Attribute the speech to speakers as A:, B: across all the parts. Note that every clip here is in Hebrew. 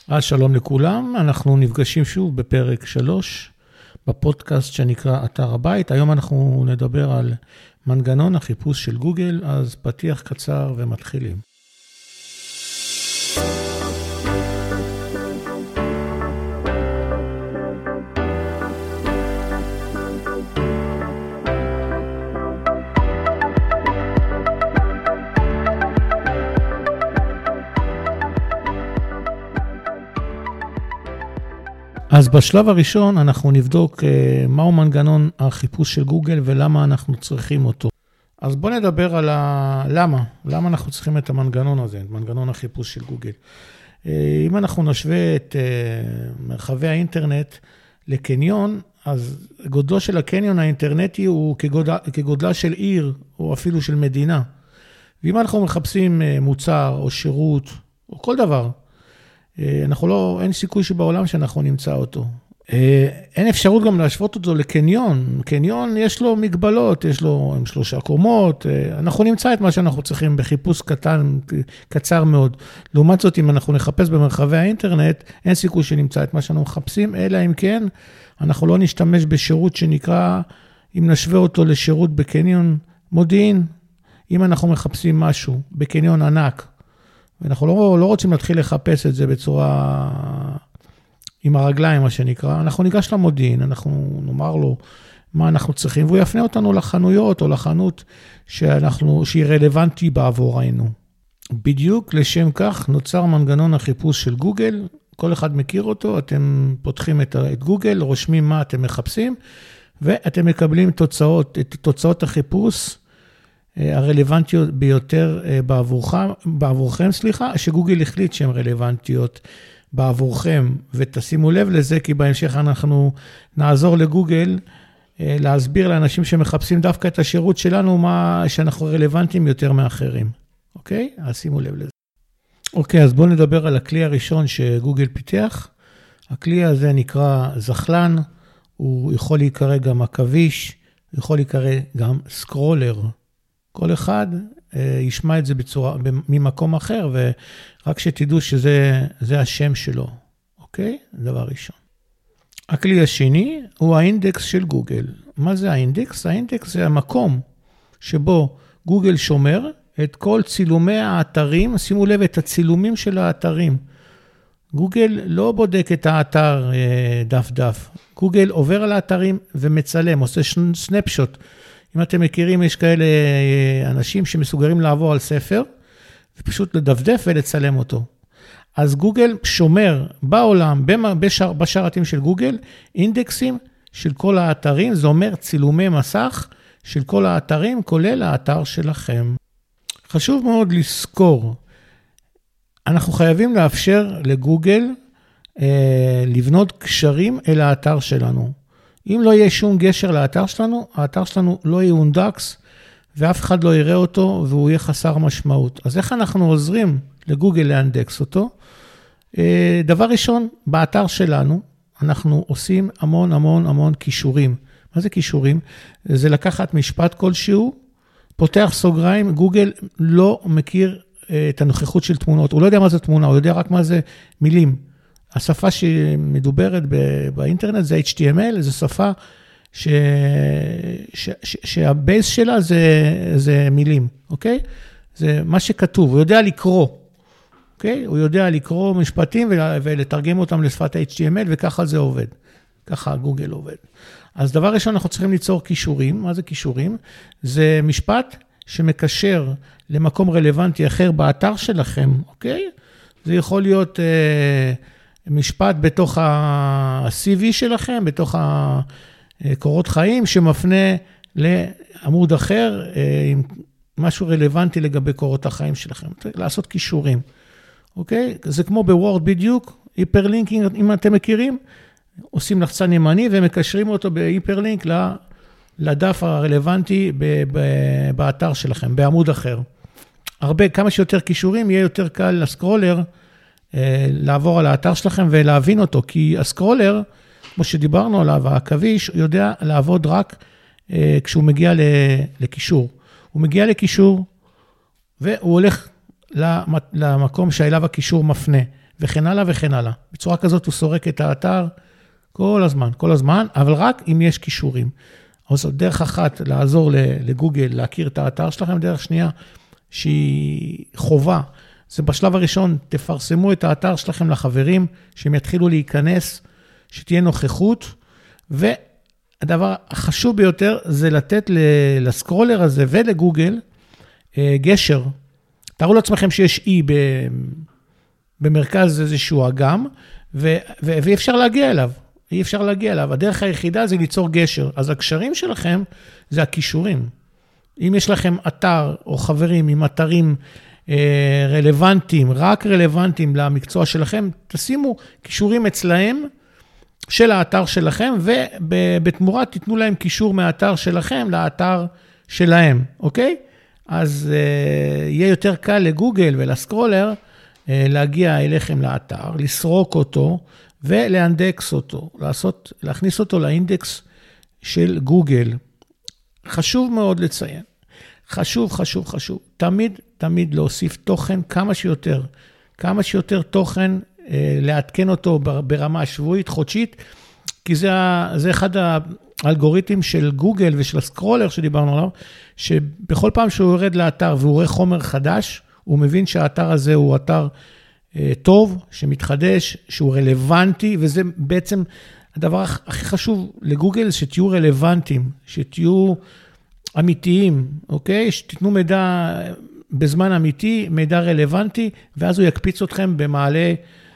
A: אז שלום לכולם, אנחנו נפגשים שוב בפרק 3 בפודקאסט שנקרא אתר הבית. היום אנחנו נדבר על מנגנון החיפוש של גוגל, אז פתיח קצר ומתחילים. אז בשלב הראשון אנחנו נבדוק מהו מנגנון החיפוש של גוגל ולמה אנחנו צריכים אותו. אז בואו נדבר על למה אנחנו צריכים את המנגנון הזה, את מנגנון החיפוש של גוגל. אם אנחנו נשווה את מרחבי האינטרנט לקניון, אז גודלו של הקניון האינטרנטי הוא כגודלה של עיר או אפילו של מדינה. ואם אנחנו מחפשים מוצר או שירות או כל דבר, אין סיכוי שבעולם שאנחנו נמצא אותו. אין אפשרות גם להשוות אותו לקניון. קניון יש לו מגבלות, יש לו 3 קומות. אנחנו נמצא את מה שאנחנו צריכים בחיפוש קצר מאוד. לעומת זאת, אם אנחנו נחפש במרחבי האינטרנט, אין סיכוי שנמצא את מה שאנחנו מחפשים, אלא אם כן, אנחנו לא נשתמש בשירות שנקרא, אם נשווה אותו לשירות בקניון מודיעין, אם אנחנו מחפשים משהו בקניון ענק, ואנחנו לא רוצים להתחיל לחפש את זה בצורה עם הרגליים, מה שנקרא. אנחנו ניגש למודיעין, אנחנו נאמר לו מה אנחנו צריכים, והוא יפנה אותנו לחנויות או לחנות שהיא רלוונטי בעבורנו. בדיוק לשם כך נוצר מנגנון החיפוש של גוגל, כל אחד מכיר אותו, אתם פותחים את גוגל, רושמים מה אתם מחפשים, ואתם מקבלים את תוצאות החיפוש, הרלוונטיות ביותר בעבורכם, שגוגל החליט שהן רלוונטיות בעבורכם, ותשימו לב לזה, כי בהמשך אנחנו נעזור לגוגל להסביר לאנשים שמחפשים דווקא את השירות שלנו, שאנחנו רלוונטיים יותר מאחרים. אוקיי? אז שימו לב לזה. אוקיי, אז בואו נדבר על הכלי הראשון שגוגל פיתח. הכלי הזה נקרא זחלן, הוא יכול להיקרא גם עכביש, הוא יכול להיקרא גם סקרולר. כל אחד ישמע את זה ממקום אחר, ורק שתדעו שזה השם שלו, אוקיי? דבר ראשון. הכלי השני הוא האינדקס של גוגל. מה זה האינדקס? האינדקס זה המקום שבו גוגל שומר את כל צילומי האתרים, שימו לב את הצילומים של האתרים. גוגל לא בודק את האתר דף. גוגל עובר על האתרים ומצלם, עושה סנפשוט. אם אתם מכירים, יש כאלה אנשים שמסוגלים לעבור על ספר, ופשוט לדפדף ולצלם אותו. אז גוגל שומר בעולם, בשרתים של גוגל, אינדקסים של כל האתרים, זה אומר צילומי מסך של כל האתרים, כולל האתר שלכם. חשוב מאוד לזכור, אנחנו חייבים לאפשר לגוגל לבנות קשרים אל האתר שלנו. אם לא יהיה שום גשר לאתר שלנו, האתר שלנו לא יאונדקס, ואף אחד לא יראה אותו, והוא יהיה חסר משמעות. אז איך אנחנו עוזרים לגוגל לאנדקס אותו? דבר ראשון, באתר שלנו, אנחנו עושים המון קישורים. מה זה קישורים? זה לקחת משפט כלשהו, פותח סוגריים, גוגל לא מכיר את הנוכחות של תמונות, הוא לא יודע מה זה תמונה, הוא יודע רק מה זה מילים. השפה שמדוברת באינטרנט זה HTML, זו שפה שהבייס שלה זה מילים, אוקיי? זה מה שכתוב, הוא יודע לקרוא, אוקיי? הוא יודע לקרוא משפטים ולתרגם אותם לשפת HTML, וככה זה עובד. ככה גוגל עובד. אז דבר ראשון, אנחנו צריכים ליצור קישורים. מה זה קישורים? זה משפט שמקשר למקום רלוונטי אחר באתר שלכם, אוקיי? זה יכול להיות משפט בתוך ה-CV שלכם, בתוך הקורות חיים, שמפנה לעמוד אחר, עם משהו רלוונטי לגבי קורות החיים שלכם. לעשות קישורים, אוקיי? זה כמו בוורד בדיוק, היפרלינקינג, אם אתם מכירים, עושים לחצן ימני ומקשרים אותו בהיפרלינק לדף הרלוונטי באתר שלכם, בעמוד אחר. כמה שיותר קישורים, יהיה יותר קל לסקרולר לעבור על האתר שלכם ולהבין אותו, כי הסקרולר, כמו שדיברנו עליו, העכביש, הוא יודע לעבוד רק כשהוא מגיע לקישור. הוא מגיע לקישור, והוא הולך למקום שאליו הקישור מפנה. וכן הלאה וכן הלאה. בצורה כזאת הוא סורק את האתר כל הזמן, אבל רק אם יש קישורים. אז דרך אחת לעזור לגוגל להכיר את האתר שלכם, דרך שנייה שהיא חובה. זה בשלב הראשון, תפרסמו את האתר שלכם לחברים, שהם יתחילו להיכנס, שתהיה נוכחות, והדבר החשוב ביותר זה לתת לסקרולר הזה ולגוגל גשר. תארו לעצמכם שיש אי במרכז איזשהו אגם, ואי אפשר להגיע אליו. אי אפשר להגיע אליו. הדרך היחידה זה ליצור גשר. אז הקשרים שלכם זה הכישורים. אם יש לכם אתר או חברים עם אתרים רלוונטיים, רק רלוונטיים למקצוע שלכם, תשימו קישורים אצלהם של האתר שלכם, ובתמורה תיתנו להם קישור מהאתר שלכם לאתר שלהם, אוקיי? אז יהיה יותר קל לגוגל ולסקרולר להגיע אליכם לאתר, לסרוק אותו ולאנדקס אותו, להכניס אותו לאינדקס של גוגל. חשוב מאוד לציין. חשוב. תמיד להוסיף תוכן כמה שיותר תוכן, לעדכן אותו ברמה שבועית, חודשית, כי זה אחד האלגוריתמים של גוגל ושל הסקרולר שדיברנו עליו, שבכל פעם שהוא יורד לאתר והוא רואה חומר חדש, הוא מבין שהאתר הזה הוא אתר טוב, שמתחדש, שהוא רלוונטי, וזה בעצם הדבר הכי חשוב לגוגל, שתהיו רלוונטיים, שתהיו אמיתיים, אוקיי? שתיתנו מידע בזמן אמיתי, מידע רלוונטי, ואז הוא יקפיץ אתכם במעלה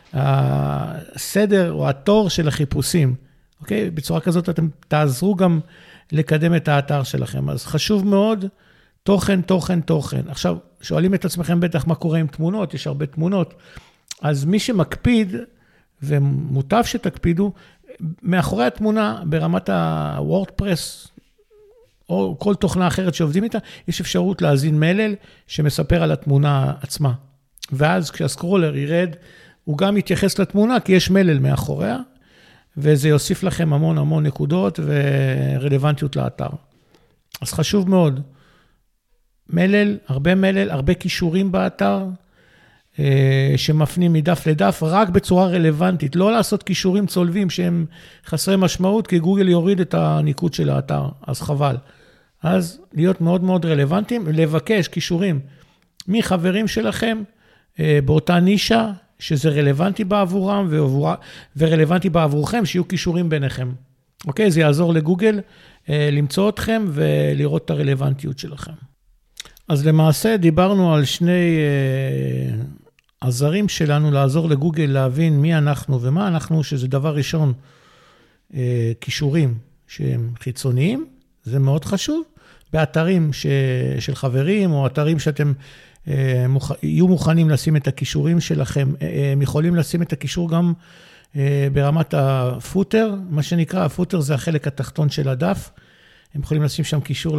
A: הסדר או התור של החיפושים, אוקיי? בצורה כזאת אתם תעזרו גם לקדם את האתר שלכם. אז חשוב מאוד, תוכן. עכשיו, שואלים את עצמכם בטח מה קורה עם תמונות, יש הרבה תמונות. אז מי שמקפיד, ומוטב שתקפידו, מאחורי התמונה, ברמת הוורדפרס, או כל תוכנה אחרת שעובדים איתה, יש אפשרות להזין מלל שמספר על התמונה עצמה. ואז כשהסקרולר ירד, הוא גם יתייחס לתמונה, כי יש מלל מאחוריה, וזה יוסיף לכם המון נקודות ורלוונטיות לאתר. אז חשוב מאוד. מלל, הרבה קישורים באתר, שמפנים מדף לדף, רק בצורה רלוונטית. לא לעשות קישורים צולבים שהם חסרי משמעות, כי גוגל יוריד את הניקוד של האתר, אז חבל. אז להיות מאוד רלוונטיים, לבקש קישורים מחברים שלכם, באותה נישה, שזה רלוונטי בעבורם, ורלוונטי בעבורכם, שיהיו קישורים ביניכם. אוקיי? זה יעזור לגוגל למצוא אתכם, ולראות את הרלוונטיות שלכם. אז למעשה דיברנו על שני עזרים שלנו לעזור לגוגל להבין מי אנחנו ומה אנחנו, שזה דבר ראשון, קישורים שהם חיצוניים, זה מאוד חשוב, באתרים של חברים או אתרים שאתם יהיו מוכנים לשים את הקישורים שלכם, הם יכולים לשים את הקישור גם ברמת הפוטר, מה שנקרא, הפוטר זה החלק התחתון של הדף, הם יכולים לשים שם קישור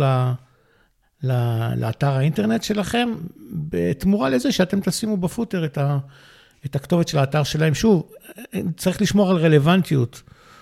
A: לאתר האינטרנט שלכם, בתמורה לזה שאתם תשימו בפוטר את הכתובת של האתר שלהם. שוב, צריך לשמור על רלוונטיות.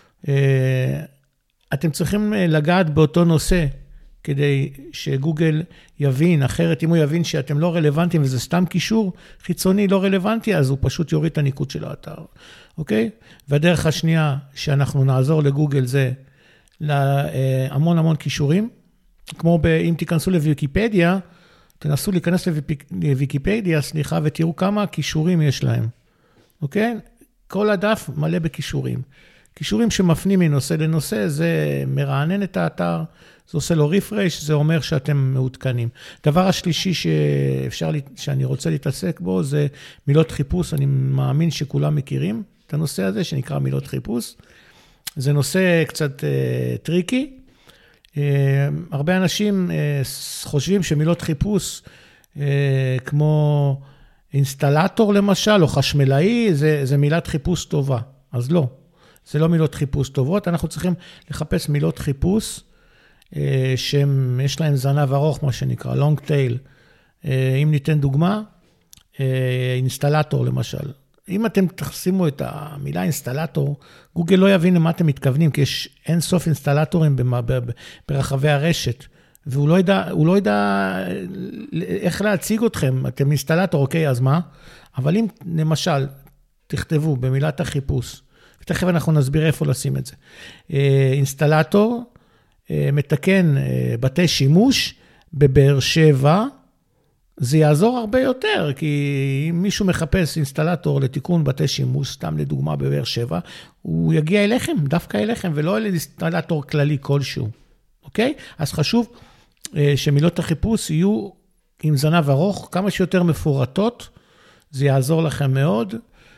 A: אתם צריכים לגעת באותו נושא, כדי שגוגל יבין, אחרת אם הוא יבין שאתם לא רלוונטיים, וזה סתם קישור חיצוני לא רלוונטי, אז הוא פשוט יוריד את הניקוד של האתר. אוקיי? והדרך השנייה שאנחנו נעזור לגוגל זה להמון קישורים, כמו אם תיכנסו לוויקיפדיה, תנסו להיכנס לוויקיפדיה, ותראו כמה קישורים יש להם. אוקיי? כל הדף מלא בקישורים. קישורים שמפנים מנושא לנושא, זה מרענן את האתר, זה עושה לו ריפרש, זה אומר שאתם מעודכנים. דבר השלישי שאני רוצה להתעסק בו, זה מילות חיפוש. אני מאמין שכולם מכירים את הנושא הזה, שנקרא מילות חיפוש. זה נושא קצת טריקי. הרבה אנשים חושבים שמילות חיפוש, כמו אינסטלטור למשל, או חשמלאי, זה מילת חיפוש טובה. אז לא, זה לא מילות חיפוש טובות. אנחנו צריכים לחפש מילות חיפוש, שיש להם זנב ארוך, מה שנקרא, long tail. אם ניתן דוגמה, אינסטלטור למשל. אם אתם תשימו את המילה אינסטלטור, גוגל לא יבין למה אתם מתכוונים, כי יש אין סוף אינסטלטורים ברחבי הרשת, והוא לא ידע איך להציג אתכם. אתם אינסטלטור, אוקיי, אז מה? אבל אם למשל תכתבו במילת החיפוש, ותכף אנחנו נסביר איפה לשים את זה. אינסטלטור, מתקן בתי שימוש בבאר שבע, זה יעזור הרבה יותר, כי אם מישהו מחפש אינסטלטור לתיקון בתי שימוש, סתם לדוגמה בבאר שבע, הוא יגיע אליכם, דווקא אליכם, ולא אל אינסטלטור כללי כלשהו. אוקיי? אז חשוב שמילות החיפוש יהיו עם זנב ארוך, כמה שיותר מפורטות, זה יעזור לכם מאוד,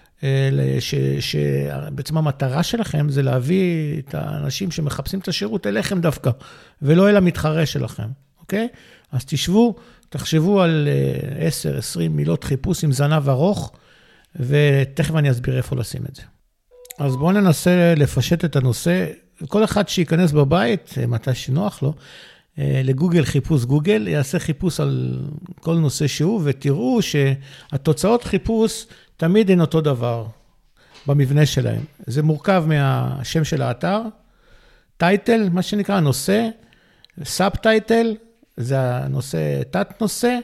A: שבעצם המטרה שלכם זה להביא את האנשים שמחפשים את השירות אליכם דווקא, ולא אל המתחרה שלכם. אוקיי? אז תחשבו על 10-20 מילות חיפוש עם זנב ארוך, ותכף אני אסביר איפה לשים את זה. אז בואו ננסה לפשט את הנושא. כל אחד שייכנס בבית, מתי שנוח לו, לגוגל חיפוש גוגל, יעשה חיפוש על כל נושא שהוא, ותראו שהתוצאות חיפוש תמיד הן אותו דבר במבנה שלהם. זה מורכב מהשם של האתר, טייטל, מה שנקרא נושא, סאב טייטל, זה הנושא, תת נושא,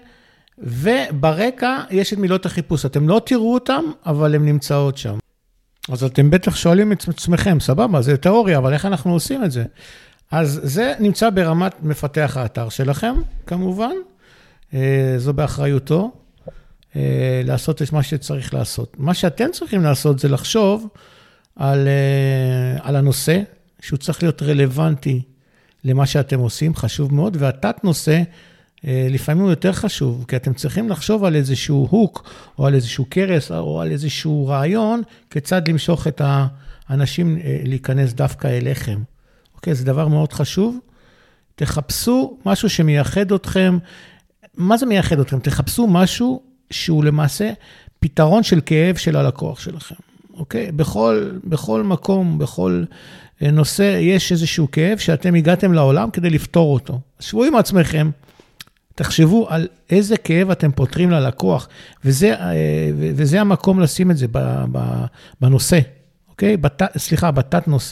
A: וברקע יש את מילות החיפוש. אתם לא תראו אותם, אבל הן נמצאות שם. אז אתם בטח שואלים את עצמכם, סבבה, זה תיאוריה, אבל איך אנחנו עושים את זה? אז זה נמצא ברמת מפתח האתר שלכם, כמובן, זו באחריותו, לעשות את מה שצריך לעשות. מה שאתם צריכים לעשות זה לחשוב על הנושא, שהוא צריך להיות רלוונטי למה שאתם עושים, חשוב מאוד, והתת נושא לפעמים הוא יותר חשוב, כי אתם צריכים לחשוב על איזשהו הוק, או על איזשהו קרס, או על איזשהו רעיון, כיצד למשוך את האנשים להיכנס דווקא אליכם. אוקיי, זה דבר מאוד חשוב. תחפשו משהו שמייחד אתכם. מה זה מייחד אתכם? תחפשו משהו שהוא למעשה פתרון של כאב של הלקוח שלכם. אוקיי? בכל מקום, בכל נושא, יש איזשהו כאב שאתם הגעתם לעולם כדי לפתור אותו. שבו עם עצמכם, תחשבו על איזה כאב אתם פותרים ללקוח, וזה המקום לשים את זה בנושא, אוקיי? בתת נושא,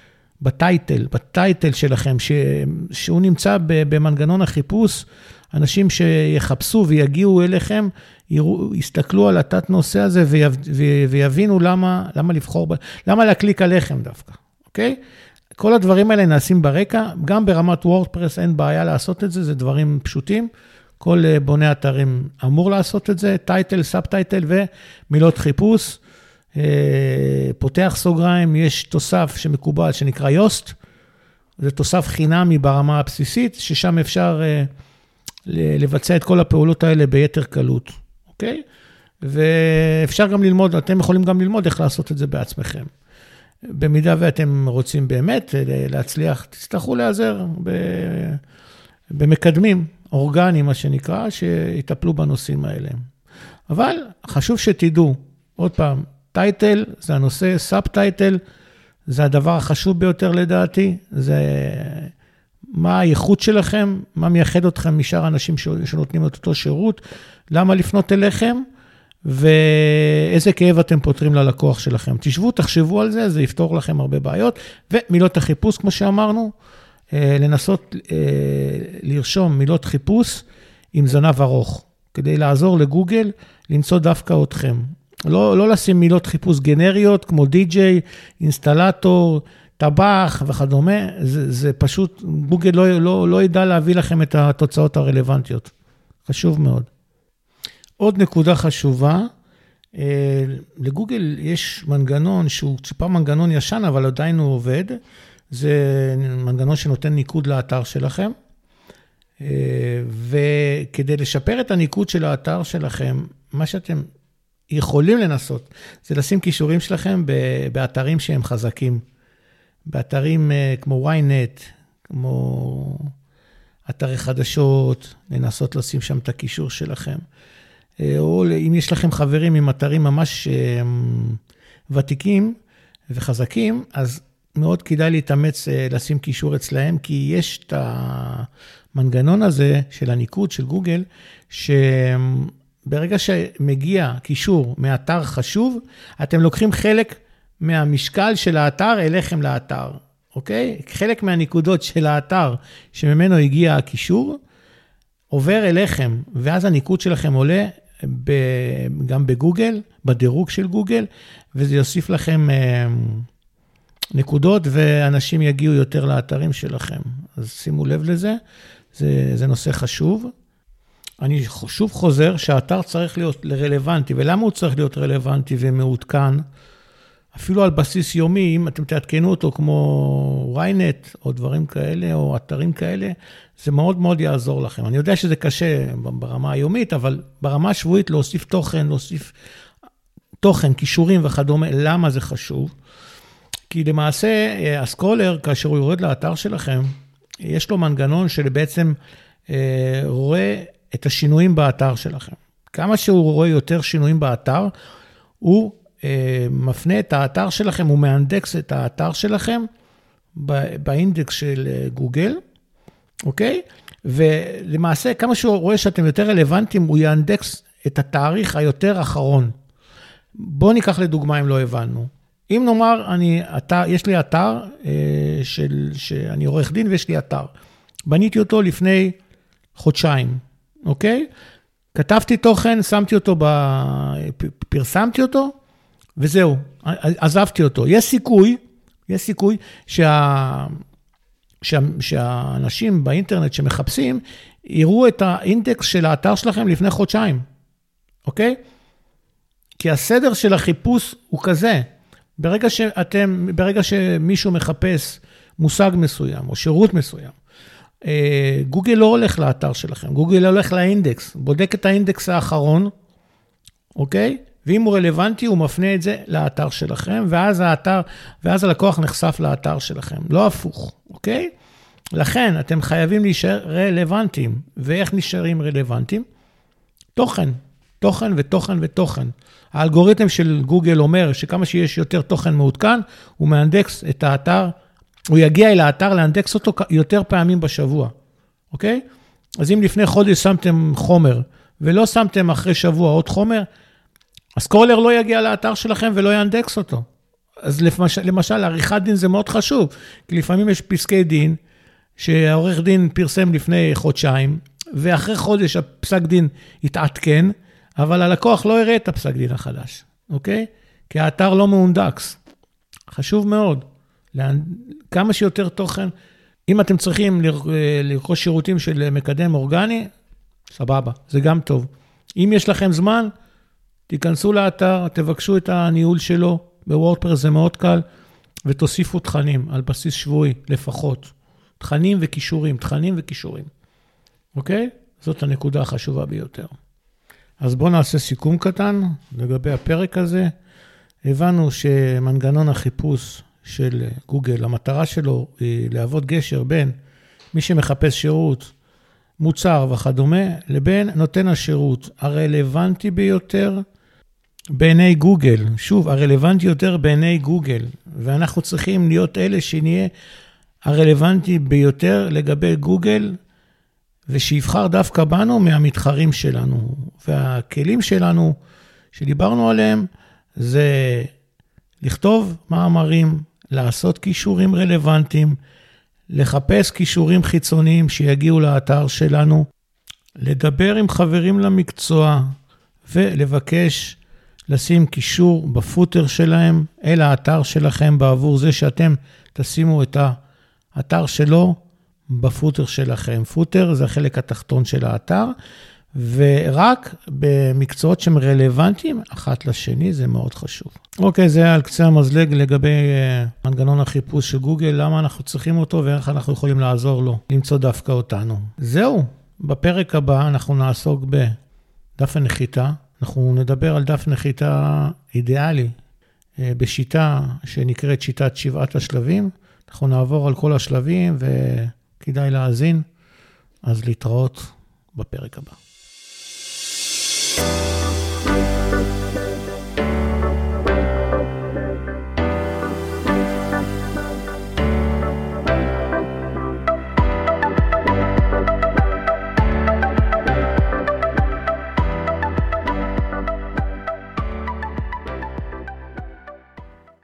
A: בטייטל שלכם, שהוא נמצא במנגנון החיפוש, אנשים שיחפשו ויגיעו אליכם, יסתכלו על התת נושא הזה ויבינו למה לבחור, למה להקליק עליכם דווקא, אוקיי? כל הדברים האלה נעשים ברקע, גם ברמת וורדפרס אין בעיה לעשות את זה, זה דברים פשוטים, כל בוני אתרים אמור לעשות את זה, טייטל, סאב טייטל ומילות חיפוש, פותח סוגריים, יש תוסף שמקובל שנקרא יוסט, זה תוסף חינמי ברמה הבסיסית, ששם אפשר לבצע את כל הפעולות האלה ביתר קלות, אוקיי? ואפשר גם ללמוד, אתם יכולים גם ללמוד איך לעשות את זה בעצמכם. במידה ואתם רוצים באמת להצליח, תצטרכו להיעזר במקדמים אורגניים, מה שנקרא, שיטפלו בנושאים האלה. אבל חשוב שתדעו, עוד פעם, טייטל זה הנושא, סאב טייטל זה הדבר החשוב ביותר לדעתי, זה מה הייחוד שלכם, מה מייחד אתכם משאר האנשים שנותנים את אותו שירות, למה לפנות אליכם, ואיזה כאב אתם פותרים ללקוח שלכם. תשבו, תחשבו על זה, זה יפתור לכם הרבה בעיות, ומילות החיפוש, כמו שאמרנו, לנסות לרשום מילות חיפוש עם זנב ארוך, כדי לעזור לגוגל למצוא דווקא אתכם. לא לשים מילות חיפוש גנריות, כמו די-ג'יי, אינסטלטור, טבח וכדומה, זה פשוט, גוגל לא ידע להביא לכם את התוצאות הרלוונטיות. חשוב מאוד. עוד נקודה חשובה, לגוגל יש מנגנון שהוא ציפה מנגנון ישן, אבל עדיין הוא עובד, זה מנגנון שנותן ניקוד לאתר שלכם, וכדי לשפר את הניקוד של האתר שלכם, מה שאתם יכולים לנסות, זה לשים קישורים שלכם באתרים שהם חזקים, באתרים כמו ynet, כמו אתרי חדשות, לנסות לשים שם את הקישור שלכם, או אם יש לכם חברים עם אתרים ממש ותיקים וחזקים, אז מאוד כדאי להתאמץ לשים קישור אצלהם, כי יש את המנגנון הזה של הניקוד של גוגל, שברגע שמגיע קישור מאתר חשוב, אתם לוקחים חלק מהמשקל של האתר אליכם לאתר, אוקיי? חלק מהנקודות של האתר שממנו הגיע הקישור, עובר אליכם, ואז הניקוד שלכם עולה גם בגוגל, בדירוג של גוגל, וזה יוסיף לכם נקודות, ואנשים יגיעו יותר לאתרים שלכם. אז שימו לב לזה, זה נושא חשוב. אני שוב חוזר שהאתר צריך להיות רלוונטי, ולמה הוא צריך להיות רלוונטי ומעודכן? אפילו על בסיס יומי, אם אתם תעדכנו אותו כמו ynet או דברים כאלה, או אתרים כאלה, זה מאוד מאוד יעזור לכם. אני יודע שזה קשה ברמה היומית, אבל ברמה השבועית להוסיף תוכן, קישורים וכדומה, למה זה חשוב? כי למעשה הסקרולר, כאשר הוא יורד לאתר שלכם, יש לו מנגנון שבעצם רואה את השינויים באתר שלכם. כמה שהוא רואה יותר שינויים באתר, הוא מפנה את האתר שלכם, הוא מאנדקס את האתר שלכם באינדקס של גוגל, אוקיי? ולמעשה, כמה שהוא רואה שאתם יותר רלוונטיים, הוא יאנדקס את התאריך היותר אחרון. בואו ניקח לדוגמה אם לא הבנו. אם נאמר, יש לי אתר שאני עורך דין ויש לי אתר. בניתי אותו לפני חודשיים, אוקיי? כתבתי תוכן, שמתי אותו, פרסמתי אותו, וזהו, עזבתי אותו. יש סיכוי שהאנשים באינטרנט שמחפשים, יראו את האינדקס של האתר שלכם לפני חודשיים, אוקיי? כי הסדר של החיפוש הוא כזה, ברגע שמישהו מחפש מושג מסוים או שירות מסוים, גוגל לא הולך לאתר שלכם, גוגל הולך לאינדקס, בודק את האינדקס האחרון, אוקיי? ואם הוא רלוונטי, הוא מפנה את זה לאתר שלכם, ואז הלקוח נחשף לאתר שלכם, לא הפוך, אוקיי? לכן, אתם חייבים להישאר רלוונטיים, ואיך נשארים רלוונטיים? תוכן ותוכן. האלגוריתם של גוגל אומר שכמה שיש יותר תוכן מעודכן, הוא מאנדקס את האתר, הוא יגיע אל האתר לאנדקס אותו יותר פעמים בשבוע, אוקיי? אז אם לפני חודש שמתם חומר, ולא שמתם אחרי שבוע עוד חומר, הסקרולר לא יגיע לאתר שלכם ולא יאנדקס אותו. אז למשל, עריכת דין זה מאוד חשוב, כי לפעמים יש פסקי דין, שהעורך דין פרסם לפני חודשיים, ואחרי חודש הפסק דין יתעדכן, אבל הלקוח לא יראה את הפסק דין החדש, אוקיי? כי האתר לא מאונדקס. חשוב מאוד. כמה שיותר תוכן, אם אתם צריכים לרכוש שירותים של מקדם אורגני, סבבה, זה גם טוב. אם יש לכם זמן, תיכנסו לאתר, תבקשו את הניהול שלו, בוורדפרס זה מאוד קל, ותוסיפו תכנים על בסיס שבועי לפחות. תכנים וקישורים. אוקיי? זאת הנקודה החשובה ביותר. אז בואו נעשה סיכום קטן לגבי הפרק הזה. הבנו שמנגנון החיפוש של גוגל, המטרה שלו היא לעבוד גשר בין מי שמחפש שירות, מוצר וכדומה, לבין נותן השירות הרלוונטי ביותר בעיני גוגל. שוב, הרלוונטי יותר בעיני גוגל, ואנחנו צריכים להיות אלה שנהיה הרלוונטי ביותר לגבי גוגל, ושיבחר דווקא בנו מהמתחרים שלנו. והכלים שלנו שדיברנו עליהם, זה לכתוב מאמרים, לעשות קישורים רלוונטיים, לחפש קישורים חיצוניים שיגיעו לאתר שלנו, לדבר עם חברים למקצוע, ולבקש לשים קישור בפוטר שלהם, אל האתר שלכם, בעבור זה שאתם תשימו את האתר שלו בפוטר שלכם. פוטר זה החלק התחתון של האתר, ורק במקצועות שהם רלוונטיים, אחת לשני, זה מאוד חשוב. אוקיי, זה היה על קצה המזלג לגבי מנגנון החיפוש של גוגל, למה אנחנו צריכים אותו ואיך אנחנו יכולים לעזור לו, למצוא דווקא אותנו. זהו, בפרק הבא אנחנו נעסוק בדף הנחיתה, אנחנו נדבר על דף נחיתה אידיאלי, בשיטה שנקראת שיטת 7 השלבים, אנחנו נעבור על כל השלבים וכדאי להאזין, אז להתראות בפרק הבא.